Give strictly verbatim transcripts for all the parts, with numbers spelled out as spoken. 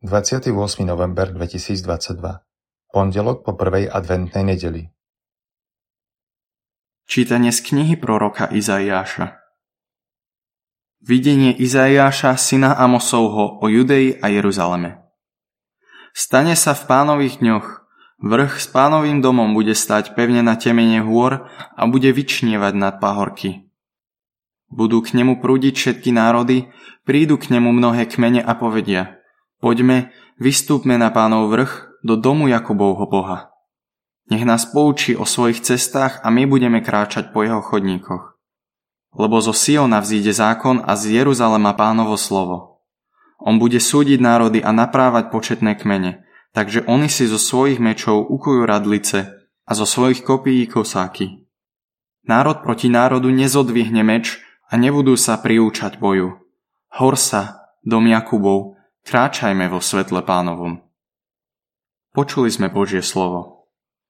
dvadsiateho ôsmeho november dvetisícdvadsaťdva. Pondelok po prvej adventnej nedeli. Čítanie z knihy proroka Izaiáša. Videnie Izaiáša, syna Amosovho, o Judei a Jeruzaleme. Stane sa v Pánových dňoch, vrch s Pánovým domom bude stáť pevne na temene hôr a bude vyčnievať nad pahorky. Budú k nemu prúdiť všetky národy, prídu k nemu mnohé kmene a povedia: Poďme, vystúpme na Pánov vrch, do domu Jakubovho Boha. Nech nás poučí o svojich cestách a my budeme kráčať po jeho chodníkoch. Lebo zo Siona vzíde zákon a z Jeruzalema Pánovo slovo. On bude súdiť národy a naprávať početné kmene, takže oni si zo svojich mečov ukujú radlice a zo svojich kopií kosáky. Národ proti národu nezodvihne meč a nebudú sa priúčať boju. Hor sa, dom Jakubov, kráčajme vo svetle Pánovom. Počuli sme Božie slovo.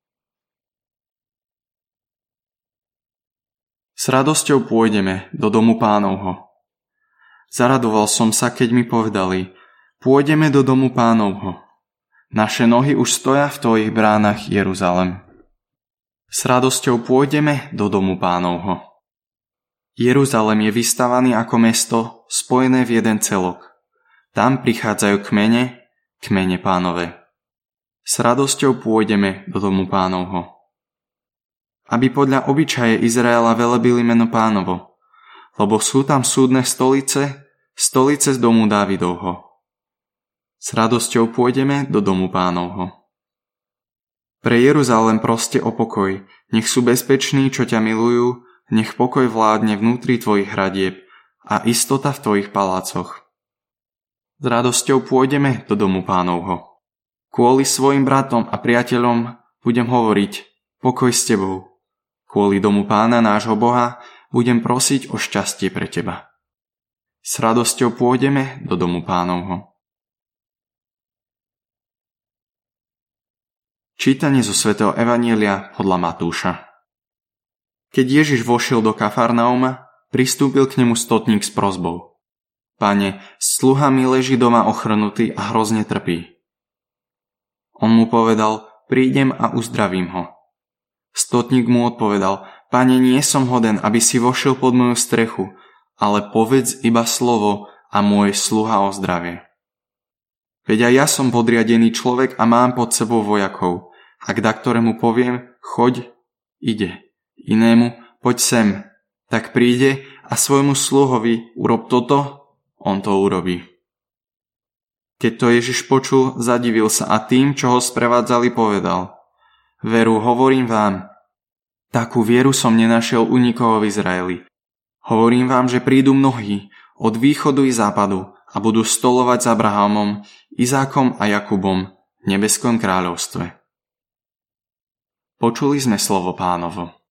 S radosťou pôjdeme do domu Pánovho. Zaradoval som sa, keď mi povedali: Pôjdeme do domu Pánovho. Naše nohy už stoja v tvojich bránach, Jeruzalem. S radosťou pôjdeme do domu Pánovho. Jeruzalem je vystavaný ako mesto, spojené v jeden celok. Tam prichádzajú kmene, kmene Pánove. S radosťou pôjdeme do domu Pánovho. Aby podľa obyčaje Izraela velebili meno Pánovo, lebo sú tam súdne stolice, stolice z domu Dávidovho. S radosťou pôjdeme do domu Pánovho. Pre Jeruzalém proste o pokoj, nech sú bezpeční, čo ťa milujú, nech pokoj vládne vnútri tvojich hradieb a istota v tvojich palácoch. S radosťou pôjdeme do domu Pánovho. Kvôli svojim bratom a priateľom budem hovoriť: Pokoj s tebou. Kvôli domu Pána nášho Boha budem prosiť o šťastie pre teba. S radosťou pôjdeme do domu Pánovho. Čítanie zo svätého Evanjelia podľa Matúša. Keď Ježiš vošiel do Kafarnauma, pristúpil k nemu stotník s prosbou: Pane, sluha mi leží doma ochrnutý a hrozne trpí. On mu povedal: Prídem a uzdravím ho. Stotník mu odpovedal: Pane, nie som hoden, aby si vošiel pod moju strechu, ale povedz iba slovo a môj sluha ozdravie. Veď aj ja som podriadený človek a mám pod sebou vojakov. Ak da ktorému poviem: Choď, ide. Inému: Poď sem. Tak príde a svojmu sluhovi: Urob toto, on to urobí. Keď to Ježiš počul, zadivil sa a tým, čo ho sprevádzali, povedal: Veru, hovorím vám, takú vieru som nenašiel u nikoho v Izraeli. Hovorím vám, že prídu mnohí od východu i západu a budú stolovať s Abrahamom, Izákom a Jakubom v nebeskom kráľovstve. Počuli sme slovo Pánovo.